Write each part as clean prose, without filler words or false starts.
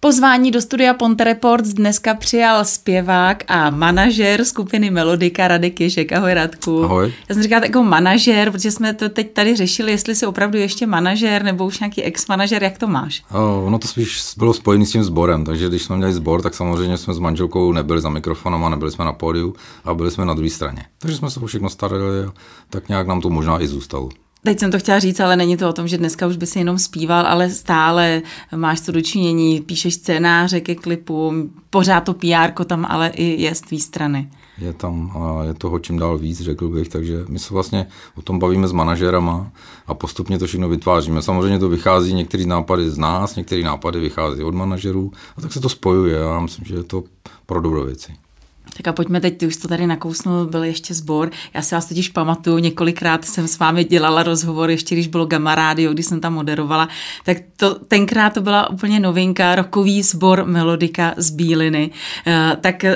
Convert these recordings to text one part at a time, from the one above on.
Pozvání do studia Ponte Reports dneska přijal zpěvák a manažer skupiny Melodika Radek Ježek. Ahoj, Radku. Ahoj. Já jsem říkala jako manažer, protože jsme to teď tady řešili, jestli jsi opravdu ještě manažer nebo už nějaký ex-manažer, jak to máš? Ono to spíš bylo spojené s tím sborem, takže když jsme měli sbor, tak samozřejmě jsme s manželkou nebyli za mikrofonem a nebyli jsme na pódiu a byli jsme na druhé straně. Takže jsme se o všechno starali a tak nějak nám to možná i zůstalo. Teď jsem to chtěla říct, ale není to o tom, že dneska už by si jenom zpíval, ale stále máš to dočinění, píšeš scénáře ke klipu, pořád to PR tam ale i je z tvý strany. Je tam a je toho čím dál víc, řekl bych, takže my se vlastně o tom bavíme s manažerama a postupně to všechno vytváříme. Samozřejmě to vychází některé nápady z nás, některé nápady vychází od manažerů a tak se to spojuje. Já myslím, že je to pro dobrou věci. Tak a pojďme teď, ty už to tady nakousnul, byl ještě sbor. Já si vás totiž pamatuju, několikrát jsem s vámi dělala rozhovor, ještě když bylo Gamma Rádio, když jsem tam moderovala, tak tenkrát to byla úplně novinka, rockový sbor Melodika z Bíliny. Tak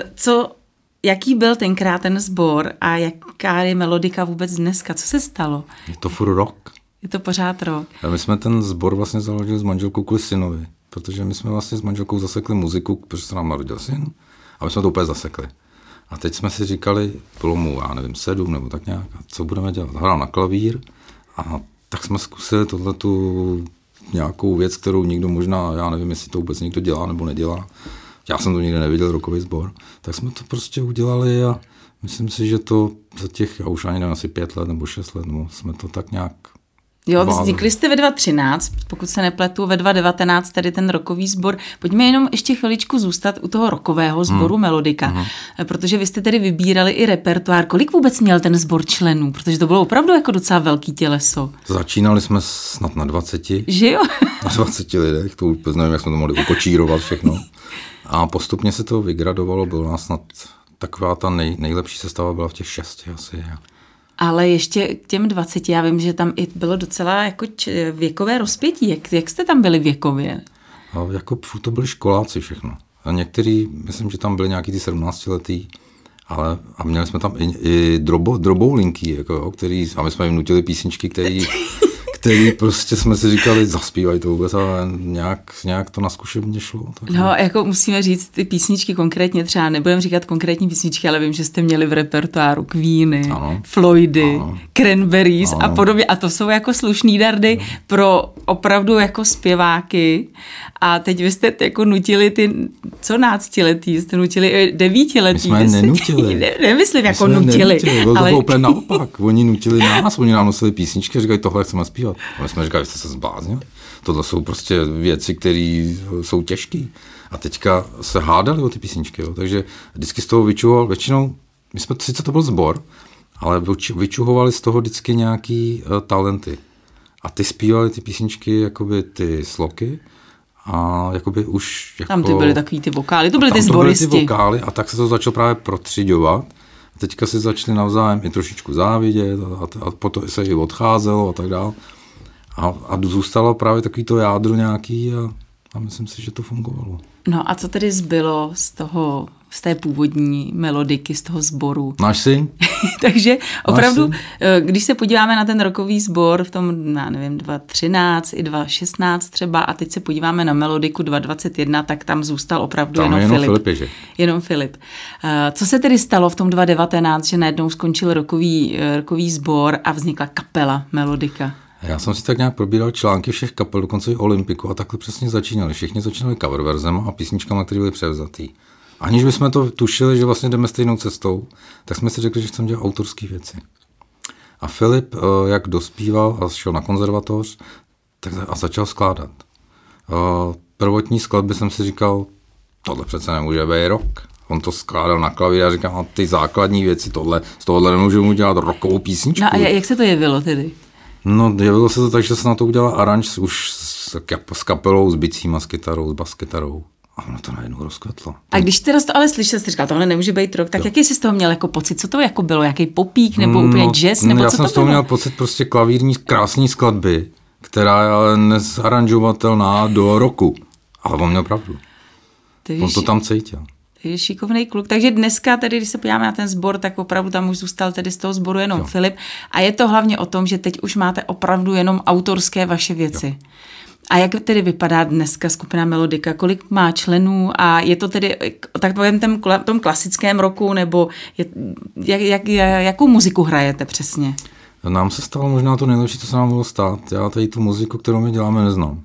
jaký byl tenkrát ten sbor a jaká je Melodika vůbec dneska? Co se stalo? Je to furt rock. Je to pořád rock. A my jsme ten sbor vlastně založili s manželkou kvůli synovi, protože my jsme vlastně s manželkou zasekli muziku, protože se nám narodil syn a my jsme to úplně zasekli. A teď jsme si říkali, bylo mu, 7 nebo tak nějak, a co budeme dělat? Hrál na klavír a tak jsme zkusili tohletu nějakou věc, kterou nikdo možná, já nevím, jestli to vůbec někdo dělá nebo nedělá. Já jsem to nikdy neviděl, rockový sbor. Tak jsme to prostě udělali a myslím si, že to za těch, já už ani nevím, asi 5 let nebo 6 let, no, jsme to tak nějak... Jo, vznikli jste ve 2013, pokud se nepletu, ve 2019 tedy ten rockový sbor. Pojďme jenom ještě chviličku zůstat u toho rockového sboru Melodika, protože vy jste tedy vybírali i repertoár. Kolik vůbec měl ten sbor členů? Protože to bylo opravdu jako docela velký těleso. Začínali jsme snad na 20. Že jo? Na 20 lidech, to vůbec nevím, jak jsme to mohli ukočírovat všechno. A postupně se to vygradovalo, bylo nás snad taková ta nejlepší sestava byla v těch 6 asi. Ale ještě k těm 20, já vím, že tam i bylo docela jako věkové rozpětí. Jak jste tam byli věkově? A jako to byli školáci všechno. A některý, myslím, že tam byli nějaký ty 17letý, ale a měli jsme tam i droboulinky, jako, a my jsme jim nutili písničky, který prostě jsme si říkali, zaspívají to vůbec, ale nějak to na zkušebně šlo. Tak. No, jako musíme říct ty písničky konkrétně, třeba nebudeme říkat konkrétní písničky, ale vím, že jste měli v repertoáru Queeny, Floydy, Cranberries a podobně. A to jsou jako slušný dardy pro opravdu jako zpěváky. A teď vy jste jako nutili ty, co 12letý, jste nutili 9letý. My jsme je nenutili. Nemyslím jako nutili. Bylo to úplně naopak. Oni nutili nás, oni nám nosili písničky a říkali, tohle chceme zpívat. A my jsme říkali, jste se zbláznili. Tohle jsou prostě věci, které jsou těžké. A teďka se hádali o ty písničky. Jo. Takže vždycky z toho vyčuhoval, většinou, my jsme, sice to byl sbor, ale vyčuhovali z toho vždycky nějaký talenty. A ty zpívali ty písničky, jakoby ty sloky, a jakoby už... Jako, tam ty byly takový ty vokály, to byly ty sboristi. To byly ty vokály a tak se to začalo právě protřiďovat. A teďka si začali navzájem i trošičku závidět a potom se i odcházelo a tak dále. A zůstalo právě takový to jádro nějaký a myslím si, že to fungovalo. No a co tedy zbylo z té původní melodiky, z toho sboru? Náš syn. Takže opravdu, když se podíváme na ten rockový sbor v tom, já nevím, 2013 i 2016 třeba a teď se podíváme na melodiku 2021, tak tam zůstal opravdu tam jenom Filip. Filip. Jenom Filip. Co se tedy stalo v tom 2019, že najednou skončil rockový sbor a vznikla kapela Melodika? Já jsem si tak nějak probíral články všech kapel, dokonce i Olympiku a takhle přesně začínali. Všichni začínali coververzem a písničkama, které byly převzatý. Aniž bychom to tušili, že vlastně jdeme stejnou cestou, tak jsme si řekli, že chceme dělat autorské věci. A Filip, jak dospíval a šel na konzervatoř, a začal skládat. Prvotní skladby jsem si říkal, tohle přece nemůže být rock. On to skládal na klavír a říkal, ty základní věci, z tohohle nemůžeme udělat rockovou písničku. No a jak se to jevilo tedy? No, jevilo se to tak, že se na to udělal aranž už s kapelou, s bicíma, s kytarou, s baskytarou. A ono to najednou rozkvetlo. A když ty to ale slyšel, jsi říkal, tohle nemůže být rock, tak jaký jsi z toho měl jako pocit? Co to jako bylo? Jaký popík nebo úplně jazz? Nebo já co jsem to z toho bylo? měl pocit prostě klavírní, krásný skladby, která je ale nezaranžovatelná do roku. Ale on měl pravdu. On to tam cítil. Je šikovný kluk. Takže dneska tedy, když se podíváme na ten sbor, tak opravdu tam už zůstal tedy z toho sboru jenom Filip. A je to hlavně o tom, že teď už máte opravdu jenom autorské vaše věci. Jo. A jak tedy vypadá dneska skupina Melodika? Kolik má členů a je to tedy tak povím tom klasickém roku, nebo jakou muziku hrajete přesně? Nám se stalo možná to nejlepší, co se nám mohlo stát. Já tady tu muziku, kterou my děláme, neznám.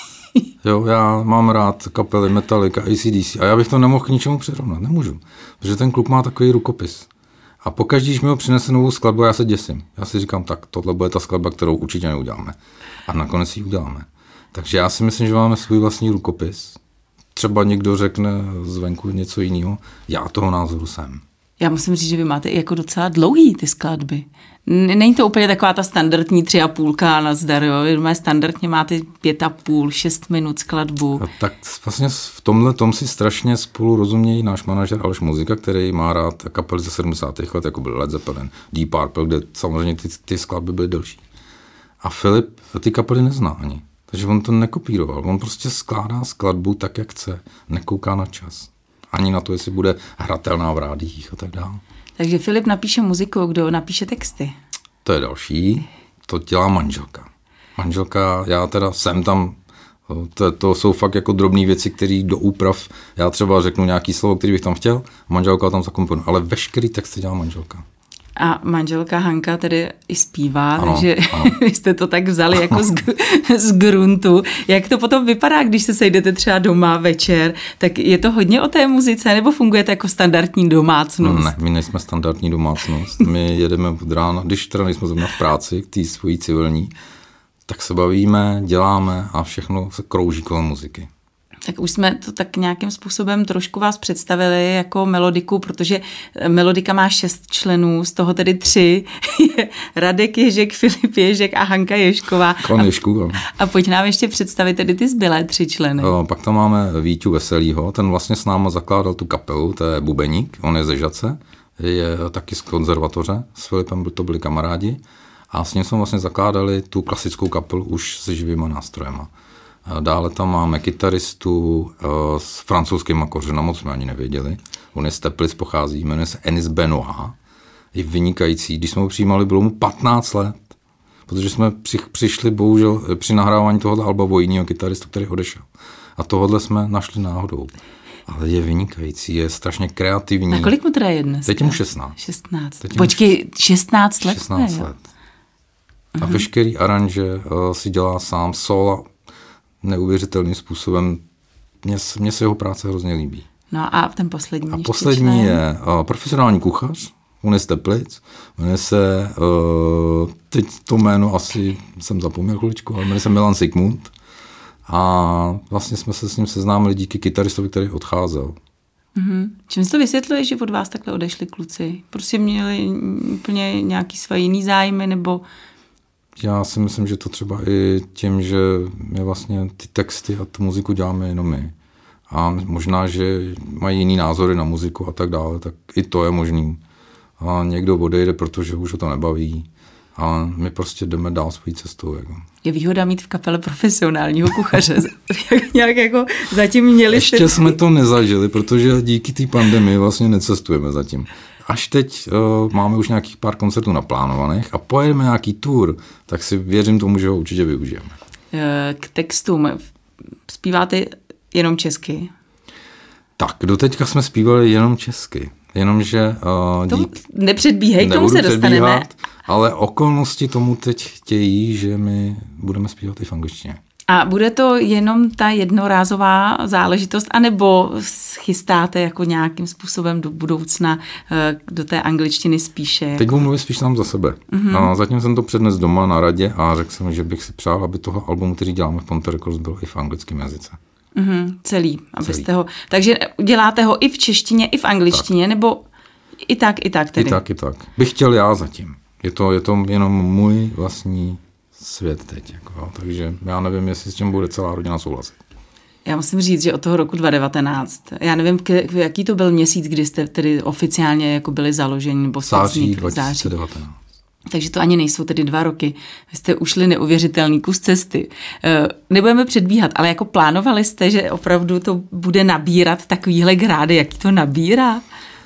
Jo, já mám rád kapely Metallica, AC/DC a já bych to nemohl k ničemu přirovnat, nemůžu. Protože ten klub má takový rukopis. A pokaždý, když mi ho přinese novou skladbu, já se děsím. Já si říkám, tak tohle bude ta skladba, kterou určitě neuděláme. A nakonec ji uděláme. Takže já si myslím, že máme svůj vlastní rukopis. Třeba někdo řekne zvenku něco jiného. Já toho názoru jsem. Já musím říct, že vy máte i jako docela dlouhý ty skladby. Není to úplně taková ta standardní 3,5 na zdar, jo? Standardně máte 5,5, 6 minut skladbu. A tak vlastně v tomhle tom si strašně spolu rozumějí náš manažer Aleš Muzika, který má rád kapely ze 70. let, jako byl Led Zeppelin, Deep Purple, kde samozřejmě ty skladby byly delší. A Filip ty kapely nezná ani. Takže on to nekopíroval. On prostě skládá skladbu tak, jak chce. Nekouká na čas. Ani na to, jestli bude hratelná v rádiích a tak dále. Takže Filip napíše muziku, kdo napíše texty? To je další. To dělá manželka. Manželka, já teda jsem tam, to jsou fakt jako drobné věci, které do úprav, já třeba řeknu nějaký slovo, který bych tam chtěl, manželka tam zakomponuje, ale veškerý texty dělá manželka. A manželka Hanka tedy i zpívá, ano, takže ano. Vy jste to tak vzali jako z gruntu. Jak to potom vypadá, když se sejdete třeba doma večer, tak je to hodně o té muzice, nebo fungujete jako standardní domácnost? Ne, my nejsme standardní domácnost. My jedeme od rána, když teda nejsme zrovna v práci, k té svojí civilní, tak se bavíme, děláme a všechno se krouží kolem muziky. Tak už jsme to tak nějakým způsobem trošku vás představili jako Melodiku, protože Melodika má 6 členů, z toho tedy 3 je Radek Ježek, Filip Ježek a Hanka Ježková. Klan Ježků. A pojď nám ještě představit tedy ty zbylé 3 členy. Pak tam máme Víťu Veselýho, ten vlastně s náma zakládal tu kapelu, to je bubeník, on je ze Žadce, je taky z konzervatoře, s Filipem to byli kamarádi a s ním jsme vlastně zakládali tu klasickou kapelu už se živýma nástrojema. Dále tam máme kytaristu s francouzskýma kořenama, moc jsme ani nevěděli. On je z Teplic, pochází, jmenuje se Enis Benoit. Je vynikající. Když jsme ho přijímali, bylo mu 15 let. Protože jsme přišli, bohužel, při nahrávání tohoto alba o jinýho kytaristu, který odešel. A tohohle jsme našli náhodou. Ale je vynikající, je strašně kreativní. A kolik mu teda je dnes? Teď mu 16. 16. Počkej, 16 let? 16 let. A veškerý aranže si dělá sám, sola, neuvěřitelným způsobem. Mně se jeho práce hrozně líbí. No a ten poslední? A poslední je profesionální kuchař, on je z Teplic, jmenuje se, teď to jméno asi jsem zapomněl chviličku, ale jmenuje se Milan Sigmund a vlastně jsme se s ním seznámili díky kytaristovi, který odcházel. Mm-hmm. Čím se to vysvětluje, že od vás takhle odešli kluci? Prostě měli úplně nějaký své jiný zájmy, nebo... Já si myslím, že to třeba i tím, že my vlastně ty texty a tu muziku děláme jenom my. A možná, že mají jiný názory na muziku a tak dále, tak i to je možný. A někdo odejde, protože už ho to nebaví. A my prostě jdeme dál svojí cestou. Jako. Je výhoda mít v kapele profesionálního kuchaře. Nějak jako zatím měli... Ještě jsme to nezažili, protože díky té pandemii vlastně necestujeme zatím. Až teď máme už nějakých pár koncertů naplánovaných a pojedeme nějaký tour, tak si věřím tomu, že ho určitě využijeme. K textům zpíváte jenom česky? Tak, doteďka jsme zpívali jenom česky. Jenomže... Nepředbíhej, k tomu se dostaneme. Ale okolnosti tomu teď chtějí, že my budeme zpívat i v angličtině. A bude to jenom ta jednorázová záležitost, anebo chystáte jako nějakým způsobem do budoucna do té angličtiny spíše? Teď budu mluvit spíš sám za sebe. Mm-hmm. Zatím jsem to přednes doma na radě a řekl jsem, že bych si přál, aby toho albumu, který děláme v Ponte Records, byl i v anglickém jazyce. Mm-hmm, celý. Abyste ho, takže děláte ho i v češtině, i v angličtině, tak. Nebo i tak tedy? I tak. Bych chtěl já zatím. Je to jenom můj vlastní svět teď. Jako, takže já nevím, jestli s tím bude celá rodina souhlasit. Já musím říct, že od toho roku 2019, já nevím, jaký to byl měsíc, kdy jste tedy oficiálně jako byli založeni, nebo září 2019. Takže to ani nejsou tedy 2 roky. Vy jste ušli neuvěřitelný kus cesty. Nebudeme předbíhat, ale jako plánovali jste, že opravdu to bude nabírat takovýhle grády, jaký to nabírá?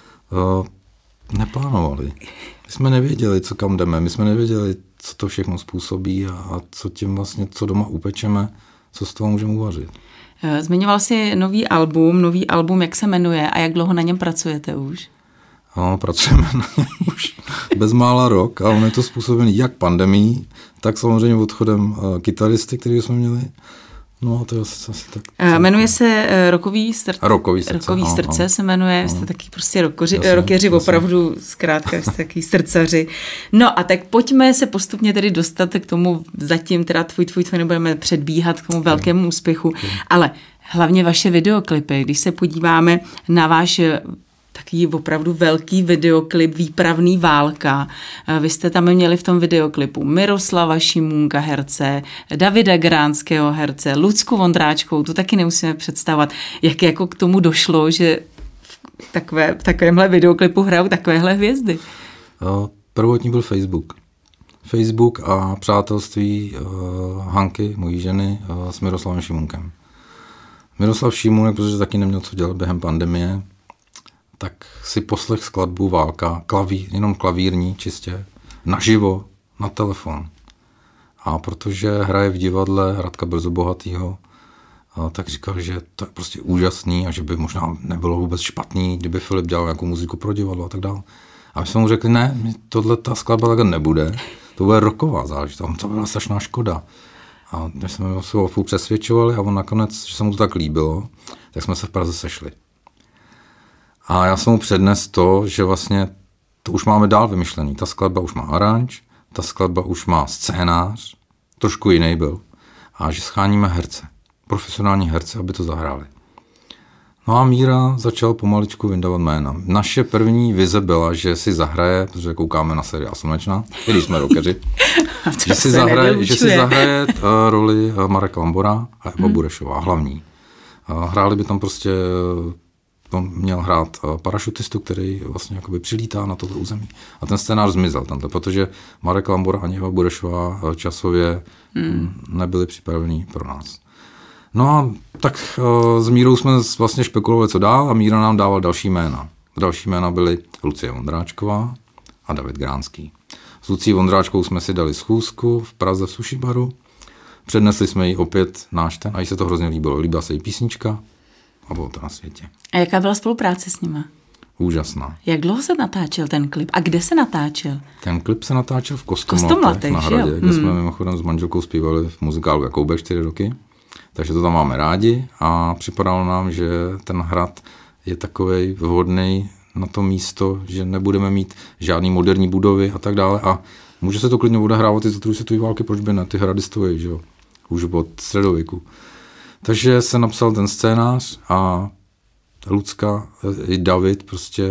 Neplánovali. My jsme nevěděli, co kam jdeme. My jsme nevěděli, co to všechno způsobí a co tím vlastně, co doma upečeme, co z toho můžeme uvařit. Zmiňoval jsi nový album, jak se jmenuje a jak dlouho na něm pracujete už? No, pracujeme na něm už bezmála rok a on je to způsobený jak pandemií, tak samozřejmě odchodem kytaristy, který jsme měli. No, to je asi tak. Jmenuje se Rokový srdce se jmenuje, jste taky prostě rockeři, opravdu zkrátka jste taky srdcaři. No a tak pojďme se postupně tedy dostat k tomu, zatím teda tvůj nebudeme předbíhat k tomu velkému úspěchu, ale hlavně vaše videoklipy, když se podíváme na váš takový opravdu velký videoklip Výpravný válka. Vy jste tam měli v tom videoklipu Miroslava Šimůnka herce, Davida Gránského herce, Lucku Vondráčkovou, to taky nemusíme představovat, jak jako k tomu došlo, že v takovémhle videoklipu hrajou takovéhle hvězdy. Prvotní byl Facebook a přátelství Hanky, mojí ženy, s Miroslavem Šimůnkem. Miroslav Šimůnek, protože taky neměl co dělat během pandemie, tak si poslech skladbu Válka, jenom klavírní čistě, naživo, na telefon. A protože hraje v divadle Radka Brzobohatýho, tak říkal, že to je prostě úžasný a že by možná nebylo vůbec špatný, kdyby Filip dělal nějakou muziku pro divadlo a tak dále. A my jsme mu řekli, ne, ta skladba takhle nebude, to bude rocková záležitost, to byla strašná škoda. A my jsme se ho přesvědčovali a on nakonec, že se mu to tak líbilo, tak jsme se v Praze sešli. A já jsem mu přednes to, že vlastně to už máme dál vymyšlený. Ta skladba už má aranž, ta skladba už má scénář, trošku jiný byl, a že scháníme herce, profesionální herce, aby to zahráli. No a Míra začal pomaličku vyndávat jména. Naše první vize byla, že si zahraje, protože koukáme na seriál Slunečná, i když jsme rockeři, že si zahraje roli Marek Lambora a Eva Burešová, hlavní. Hráli by tam prostě, on měl hrát parašutistu, který vlastně jakoby přilítá na toto území. A ten scénář zmizel tenhle, protože Marek Lambora ani Eva Burešová časově nebyli připravení pro nás. No a tak s Mírou jsme vlastně špekulovali, co dál, a Míra nám dával další jména. Další jména byly Lucie Vondráčková a David Gránský. S Lucí Vondráčkou jsme si dali schůzku v Praze v Sushi baru. Přednesli jsme jí opět náš ten a jí se to hrozně líbilo. Líbila se jí písnička a bylo to na světě. A jaká byla spolupráce s nima? Úžasná. Jak dlouho se natáčel ten klip a kde se natáčel? Ten klip se natáčel v Kostomlatech na Hradě, kde jsme mimochodem s manželkou zpívali v muzikálu Jakoubek 4 roky. Takže to tam máme rádi a připadalo nám, že ten hrad je takovej vhodný na to místo, že nebudeme mít žádný moderní budovy a tak dále a může se to klidně odehrávat i za druhé světové války, proč by ne, ty hrady stojí, že jo, už od středověku. Takže se napsal ten scénář a Lucka i David prostě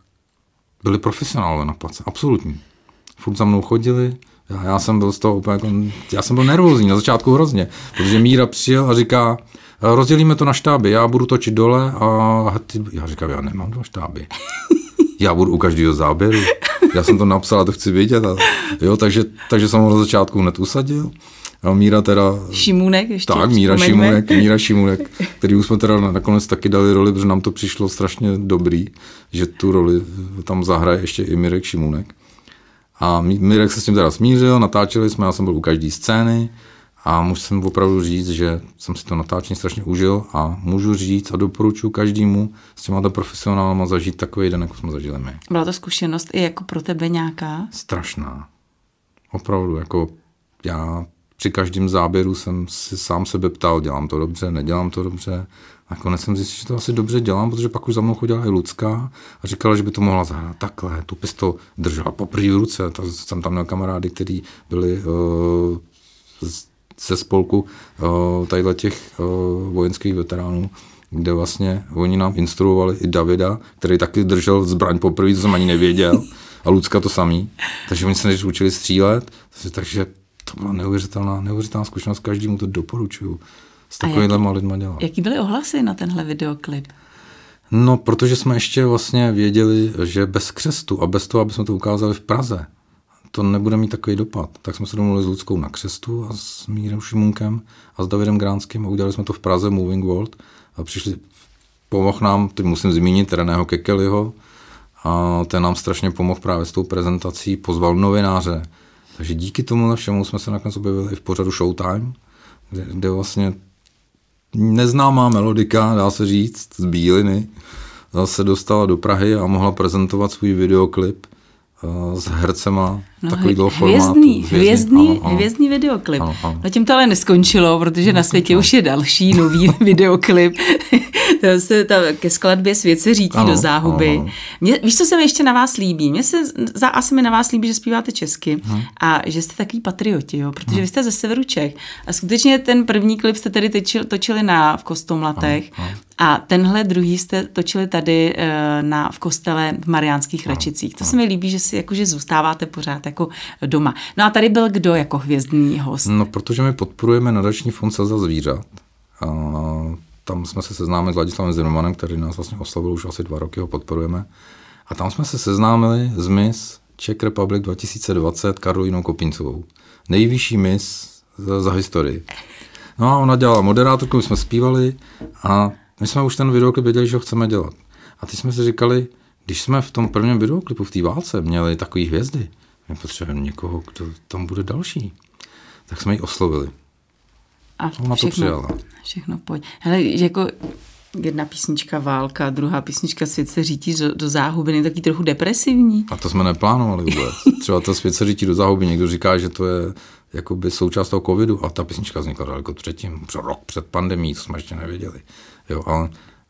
byli profesionálové na place, absolutní. Furt za mnou chodili, já jsem byl z toho úplně jako, já jsem byl nervózní na začátku hrozně, protože Míra přijel a říká, rozdělíme to na štáby, já budu točit dole a já říkám, já nemám 2 štáby. Já budu u každého záběru. Já jsem to napsal a to chci vidět. Jo, takže jsem ho na začátku hned usadil. A Míra teda... Šimůnek ještě. Tak, Míra Šimůnek, který už jsme teda nakonec taky dali roli, protože nám to přišlo strašně dobrý, že tu roli tam zahraje ještě i Mirek Šimůnek. A Mirek se s tím teda smířil, natáčeli jsme, já jsem byl u každé scény a musím opravdu říct, že jsem si to natáčení strašně užil a můžu říct a doporučuji každému s těma profesionálama zažít takový den, jako jsme zažili my. Byla to zkušenost i jako pro tebe nějaká? Strašná. Opravdu, jako já při každém záběru jsem si sám sebe ptal, dělám to dobře, nedělám to dobře. Nakonec jsem zjistil, že to asi dobře dělám, protože pak už za mnou chodila i Lucka a říkala, že by to mohla zahrát takhle. Tu pistol držela poprvé v ruce. Jsem tam měl kamarády, kteří byli ze spolku těch vojenských veteránů, kde vlastně oni nám instruovali i Davida, který taky držel zbraň poprvé, to jsem ani nevěděl, a Lucka to samý. Takže oni se než učili střílet, takže to byla neuvěřitelná zkušenost, každému to doporučuju. S takovýhlema lidma dělat. Jaký byly ohlasy na tenhle videoklip? No, protože jsme ještě vlastně věděli, že bez křestu a bez toho, aby jsme to ukázali v Praze, to nebude mít takový dopad. Tak jsme se domluvili s Luckou na křestu a s Mírou Šimůnkem a s Davidem Gránským a udělali jsme to v Praze Moving World a pomohl nám, teď musím zmínit, Reného Kekeliho a ten nám strašně pomohl právě s tou prezentací, pozval novináře. Takže díky tomu všemu jsme se nakonec objevili i v pořadu Showtime, kde vlastně neznámá melodika, dá se říct, z Bíliny, se dostala do Prahy a mohla prezentovat svůj videoklip s hercema takovýhle formátu. Hvězdný videoklip. Ano. No tím to ale neskončilo, protože na světě už je další nový videoklip. Ke skladbě Svět se řítí do záhuby. Ano. Víš, co se mi ještě na vás líbí? Asi mi na vás líbí, že zpíváte česky a že jste takový patrioti, jo? Protože vy jste ze severu Čech. A skutečně ten první klip jste tady točili v Kostomlatech a tenhle druhý jste točili tady v kostele v Mariánských Račicích. To se mi líbí, že si jakože zůstáváte pořád jako doma. No a tady byl kdo jako hvězdný host? No, protože my podporujeme nadační fond Slza zvířat. Tam jsme se seznámili s Ladislavem Zimmermanem, který nás vlastně oslavil už asi 2 roky, ho podporujeme. A tam jsme se seznámili s Miss Czech Republic 2020 Karolínou Kopincovou. Nejvyšší Miss za historii. No a ona dělala moderátorku, my jsme zpívali a my jsme už ten videoklip věděli, že ho chceme dělat. A teď jsme si říkali, když jsme v tom prvním videoklipu v té válce měli takový hvězdy, my potřebujeme někoho, kdo tam bude další. Tak jsme ji oslovili. A ona to přijala. Všechno pojď. Hele, jako jedna písnička válka, druhá písnička Svět se řítí do záhuby, je taky trochu depresivní. A to jsme neplánovali vůbec. Třeba to Svět se řítí do záhuby, někdo říká, že to je jakoby součást toho covidu a ta písnička vznikla daleko předtím, rok před pandemií, to jsme ještě nevěděli. Jo, ale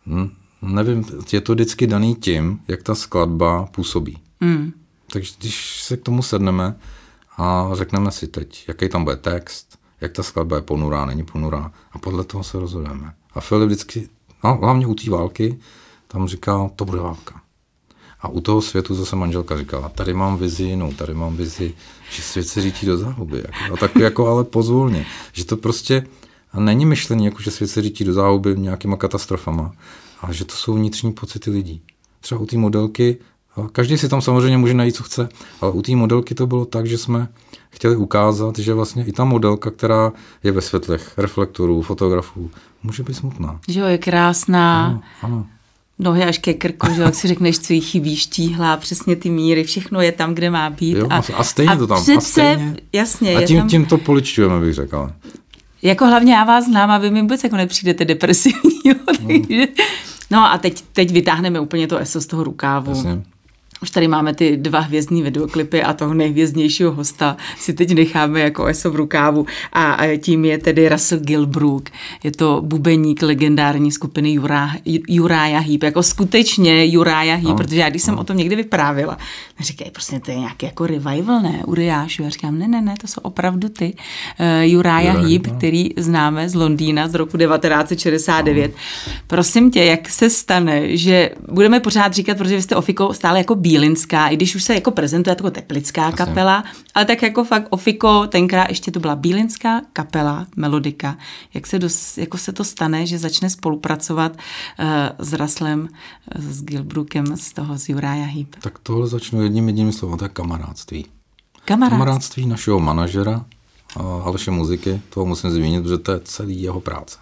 nevím, je to vždycky daný tím, jak ta skladba působí. Takže když se k tomu sedneme a řekneme si teď, jaký tam bude text, jak ta skladba je ponurá, není ponurá a podle toho se rozhodujeme. A Filip vždycky, hlavně u té války, tam říkal, to bude válka. A u toho světu zase manželka říkala, tady mám vizi jinou, tady mám vizi, že svět se řítí do záhuby. A tak jako ale pozvolně. Že to prostě není myšlení, jako že svět se řítí do záhuby nějakýma katastrofama, ale že to jsou vnitřní pocity lidí. Třeba u té modelky, každý si tam samozřejmě může najít, co chce, ale u té modelky to bylo tak, že jsme chtěli ukázat, že vlastně i ta modelka, která je ve světlech reflektorů, fotografů, může být smutná. Že jo, je krásná. Ano. Nohy až ke krku, že jak si řekneš, co jí chybí, štíhlá, přesně ty míry, všechno je tam, kde má být. Jo, a stejně to tam. Přece, jasně. A tím to poličťujeme, bych řekla. Jako hlavně já vás znám a vy mi vůbec jako nepřijdete depresivní. Takže... No a teď vytáhneme úplně to ESO z toho rukávu. Jasně. Už tady máme ty 2 hvězdný videoklipy a toho nejhvězdnějšího hosta si teď necháme jako ESO v rukávu a tím je tedy Russell Gilbrook. Je to bubeník legendární skupiny Uriah Heep, jako skutečně Uriah Heep, protože já když jsem o tom někdy vyprávěla, říkají, prostě to je nějaký jako revival, ne, Uriášu. Já říkám, ne, to jsou opravdu ty Uriah Heep, který známe z Londýna z roku 1969. Prosím tě, jak se stane, že budeme pořád říkat, protože vy jste Ofiko stále jako bílinská, i když už se jako prezentuje jako teplická kapela, ale tak jako fakt Ofiko, tenkrát ještě to byla bílinská kapela, melodika. Jak se to stane, že začne spolupracovat s Russellem, s Gilbrookem z Uriah Heep? Tak tohle začnu jedním slovem, to je kamarádství. Kamarádství našeho manažera Aleše Muziky, toho musím zmínit, protože to je celý jeho práce.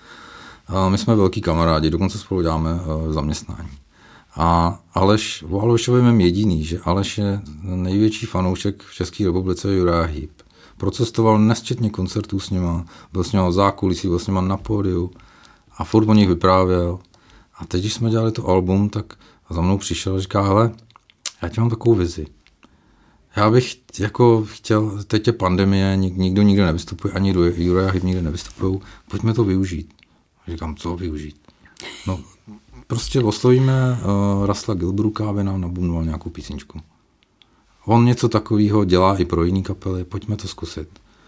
My jsme velký kamarádi, dokonce spolu děláme zaměstnání. A o Alešovi vím jediný, že Aleš je největší fanoušek v České republice Uriah Heep. Procestoval nesčetně koncertů s nima, byl s nima v zákulisí, byl s nima na pódiu a furt o nich vyprávěl. A teď, když jsme dělali to album, tak za mnou přišel a říká, hele, já ti mám takovou vizi. Já bych jako chtěl, teď je pandemie, nikdo nikde nevystupuje, ani Uriah Heep nikde nevystupují, pojďme to využít. A říkám, co využít? No, prostě oslovíme Russella Gilbrooka, aby nám nabubnoval nějakou písničku. On něco takového dělá i pro jiný kapely, pojďme to zkusit.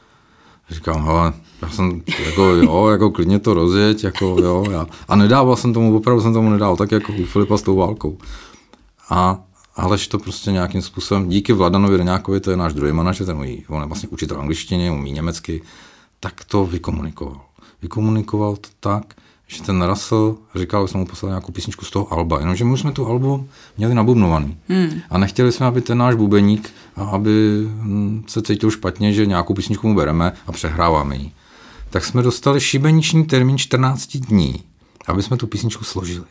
Říkám, hele, já jsem jako klidně to rozjeď, a nedával jsem tomu, opravdu jsem tomu nedával, tak jako u Filipa s tou válkou. A Aleš to prostě nějakým způsobem, díky Vladanovi Reňákovi, to je náš druhý manažer, on je vlastně učitel angličtiny, umí německy, tak to vykomunikoval. Vykomunikoval to tak, že ten Russell říkal, že jsme mu poslali nějakou písničku z toho alba, jenomže my jsme tu album měli nabubnovaný. A nechtěli jsme, aby ten náš bubeník, aby se cítil špatně, že nějakou písničku mu bereme a přehráváme ji. Tak jsme dostali šibeniční termín 14 dní, aby jsme tu písničku složili.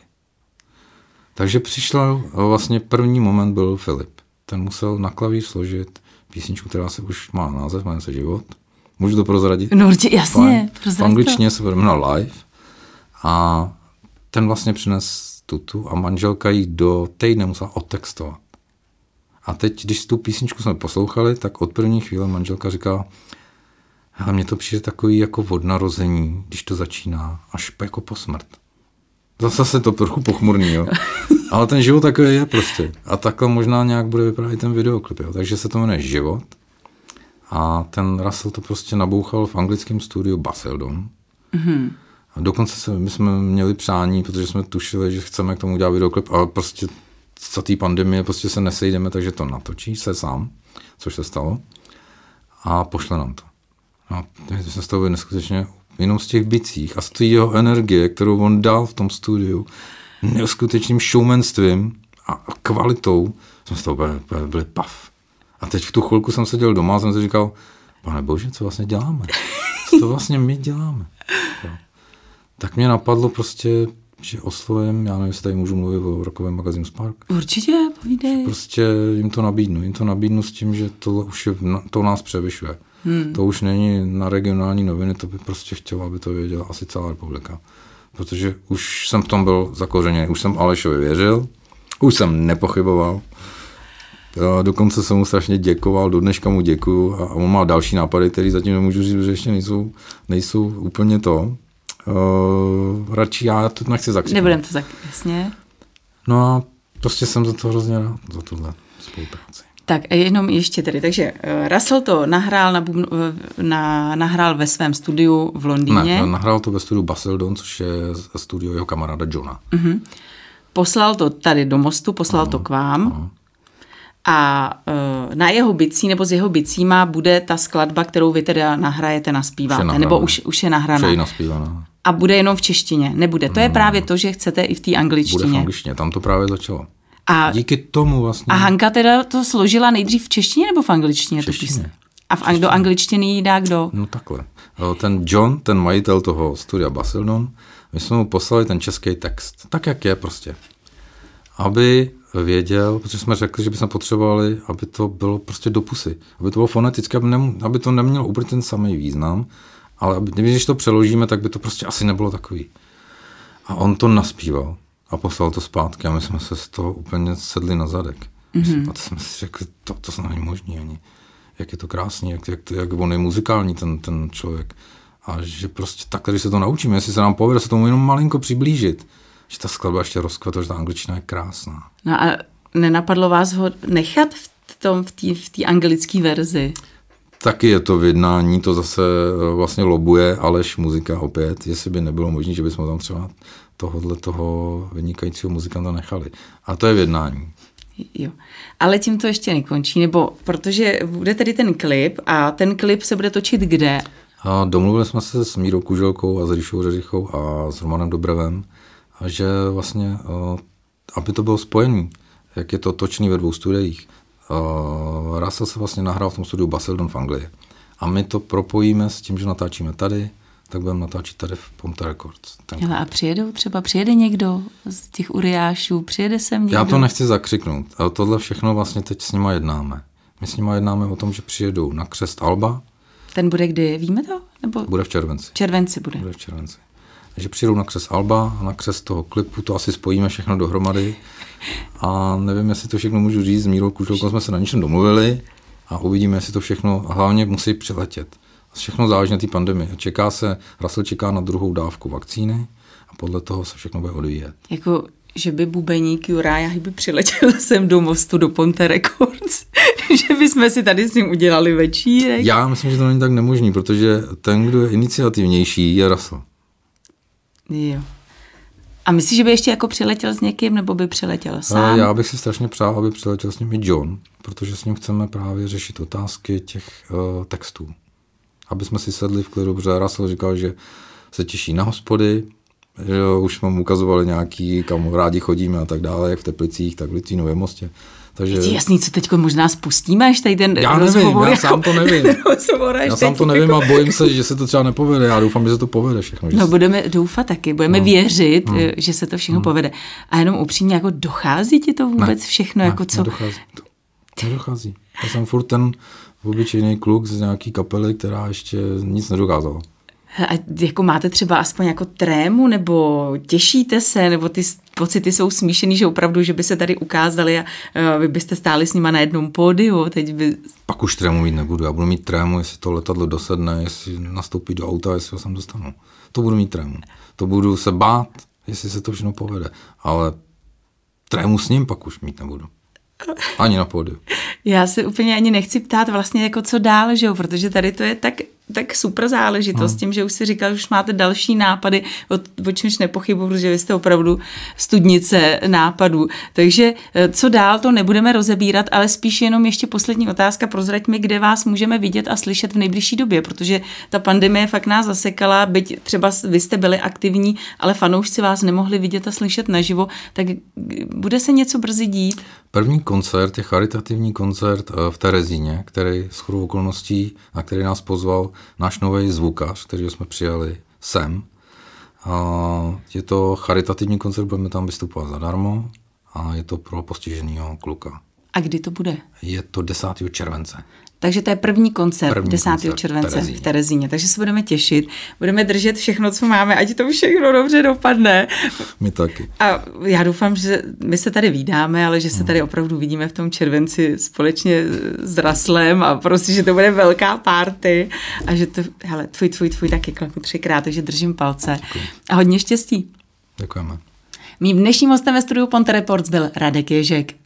Takže přišel vlastně první moment byl Filip. Ten musel na klavír složit písničku, která se už má název, jmenuje se Život. Můžu to prozradit? No, jasně. V angličtině se jmenuje Live A ten vlastně přines tutu a manželka jí do týdne musela odtextovat. A teď, když tu písničku jsme poslouchali, tak od první chvíle manželka říká, hele, mně to přijde takový jako od narození, když to začíná, až jako po smrt. Zase to trochu pochmurný, jo. Ale ten život takový je prostě. A takhle možná nějak bude vypadat i ten videoklip, jo. Takže se to jmenuje Život. A ten Russell to prostě nabouchal v anglickém studiu Basildon. Mm-hmm. A dokonce my jsme měli přání, protože jsme tušili, že chceme k tomu udělat videoklip, ale prostě za té pandemie prostě se nesejdeme, takže to natočí se sám, což se stalo. A pošle nám to. A my jsme z toho byli neskutečně jenom z těch bicích a z té jeho energie, kterou on dal v tom studiu, neskutečným showmanstvím a kvalitou, jsme z toho byli pav. A teď v tu chvilku jsem seděl doma a jsem si říkal, pane bože, co vlastně děláme? Co to vlastně my děláme? Jo. Tak mě napadlo prostě, že oslovím, já nevím, jestli tady můžu mluvit o rockovém magazínu Spark. Určitě, povídej. Prostě jim to nabídnu s tím, že to už to nás převyšuje. To už není na regionální noviny, to by prostě chtělo, aby to věděla asi celá republika. Protože už jsem v tom byl zakořeněný, už jsem Alešovi věřil, už jsem nepochyboval. Dokonce jsem mu strašně děkoval, do dneška mu děkuju a on má další nápady, které zatím nemůžu říct, že ještě nejsou úplně to. Radši já to nechci zakřiknout. Nebudem to jasně. No a prostě jsem za to hrozně rád, za tuhle spolupráci. Tak a jenom ještě tedy, takže Russell to nahrál, nahrál ve svém studiu v Londýně. Ne, nahrál to ve studiu Basildon, což je studio jeho kamaráda Johna. Uh-huh. Poslal to tady do Mostu, poslal to k vám. A na jeho bicí, nebo s jeho bicíma bude ta skladba, kterou vy teda nahrajete, naspíváte, nebo už je nahraná. Už je naspívaná. A bude jenom v češtině, nebude. To je právě to, že chcete i v té angličtině. Bude v angličtině, tam to právě začalo. A díky tomu vlastně. A Hanka teda to složila nejdřív v češtině nebo v angličtině? V češtině. A do angličtiny jí dá kdo? No takhle. Ten John, ten majitel toho studia Basildon, my jsme mu poslali ten český text, tak jak je prostě. Aby věděl, protože jsme řekli, že bychom potřebovali, aby to bylo prostě do pusy. Aby to bylo fonetické, aby to nemělo úplně ten samý význam, ale když to přeložíme, tak by to prostě asi nebylo takový. A on to naspíval a poslal to zpátky a my jsme se z toho úplně sedli na zadek. Mm-hmm. A to jsme si řekli, to není možný ani. Jak je to krásný, jak on je muzikální ten člověk. A že prostě takhle, když se to naučíme, jestli se nám povede se tomu jenom malinko přiblížit, že ta skladba ještě rozkvetla, že ta angličtina je krásná. No a nenapadlo vás ho nechat v té anglické verzi? Taky je to v jednání, to zase vlastně lobuje Aleš Muzika opět, jestli by nebylo možné, že bychom tam třeba toho vynikajícího muzikanta nechali. A to je v jednání. Jo, ale tím to ještě nekončí, nebo protože bude tedy ten klip a ten klip se bude točit kde? A domluvili jsme se s Mírou Kuželkou a s Ríšou Řeřichou a s Romanem Dobrevem, že vlastně, aby to bylo spojený, jak je to točný ve 2 studiích. Russell se vlastně nahrál v tom studiu Basildon v Anglii. A my to propojíme s tím, že natáčíme tady, tak budeme natáčet tady v Ponte Records. Ale a přijede někdo z těch Uriášů, přijede sem někdo? Já to nechci zakřiknout, ale tohle všechno vlastně teď s nima jednáme. My s nima jednáme o tom, že přijedou na křest Alba. Ten bude kdy, víme to? Nebo? Bude v červenci. V červenci bude. Bude v červenci. Takže přijedou na křest Alba a na křest toho klipu, to asi spojíme všechno dohromady. A nevím, jestli to všechno můžu říct, s Mírou Kuželkou jsme se na něčem domluvili a uvidíme, jestli to všechno, a hlavně musí přiletět. Všechno záleží na té pandemii. Russell čeká na 2. dávku vakcíny a podle toho se všechno bude odvíjet. Jako, že by bubeník Juraj by přiletěl sem do Mostu, do Ponte Records, že bychom si tady s ním udělali večírek. Já myslím, že to není tak nemožný, protože ten, kdo je iniciativnější, je Russell. Jo. A myslíš, že by ještě jako přiletěl s někým, nebo by přiletěl sám? Já bych si strašně přál, aby přiletěl s ním i John, protože s ním chceme právě řešit otázky těch textů. Aby jsme si sedli v klidu, protože Russell říkal, že se těší na hospody, že už jsme mu ukazovali nějaký, kam rádi chodíme a tak dále, jak v Teplicích, tak v Litvínově Mostě. Takže... Je jasný, co teď možná spustíme, až tady ten já rozhovor. Já sám to nevím. Já sám to nevím a bojím se, že se to třeba nepovede. Já doufám, že se to povede všechno. No budeme doufat taky, budeme věřit, že se to všechno povede. A jenom upřímně, jako dochází ti to vůbec všechno? Jako co? Nedochází. Já jsem furt ten obyčejný kluk z nějaký kapely, která ještě nic nedokázala. A jako máte třeba aspoň jako trému, nebo těšíte se, nebo ty pocity jsou smíšený, že opravdu, že by se tady ukázali a vy byste stáli s nima na jednom pódiu, teď by... Pak už trému mít nebudu, já budu mít trému, jestli to letadlo dosedne, jestli nastoupí do auta, jestli ho sem dostanu. To budu mít trému. To budu se bát, jestli se to všechno povede, ale trému s ním pak už mít nebudu. Ani na pódiu. Já se úplně ani nechci ptát vlastně jako co dál, že jo, protože tady to je tak super záležitost s tím, že už si říkal, že už máte další nápady, o čemž nepochybuji, protože vy jste opravdu studnice nápadů. Takže co dál, to nebudeme rozebírat, ale spíš jenom ještě poslední otázka, prozrať mi, kde vás můžeme vidět a slyšet v nejbližší době, protože ta pandemie fakt nás zasekala, byť třeba vy jste byli aktivní, ale fanoušci vás nemohli vidět a slyšet naživo, tak bude se něco brzy dít? První koncert je charitativní koncert v Terezíně, který shodou okolností, na který nás pozval náš nový zvukař, který jsme přijali sem. Je to charitativní koncert, budeme tam vystupovat zadarmo a je to pro postiženýho kluka. A kdy to bude? Je to 10. července. Takže to je první koncert 10. července v Terezíně, takže se budeme těšit. Budeme držet všechno, co máme, ať to všechno dobře dopadne. My taky. A já doufám, že my se tady vídáme, ale že se tady opravdu vidíme v tom červenci společně s Raslem a prostě, že to bude velká party a že to, hele, tvůj taky klapu 3krát, takže držím palce. Děkuji. A hodně štěstí. Děkujeme. Mým dnešním hostem ve studiu Ponte Reports byl Radek Ježek.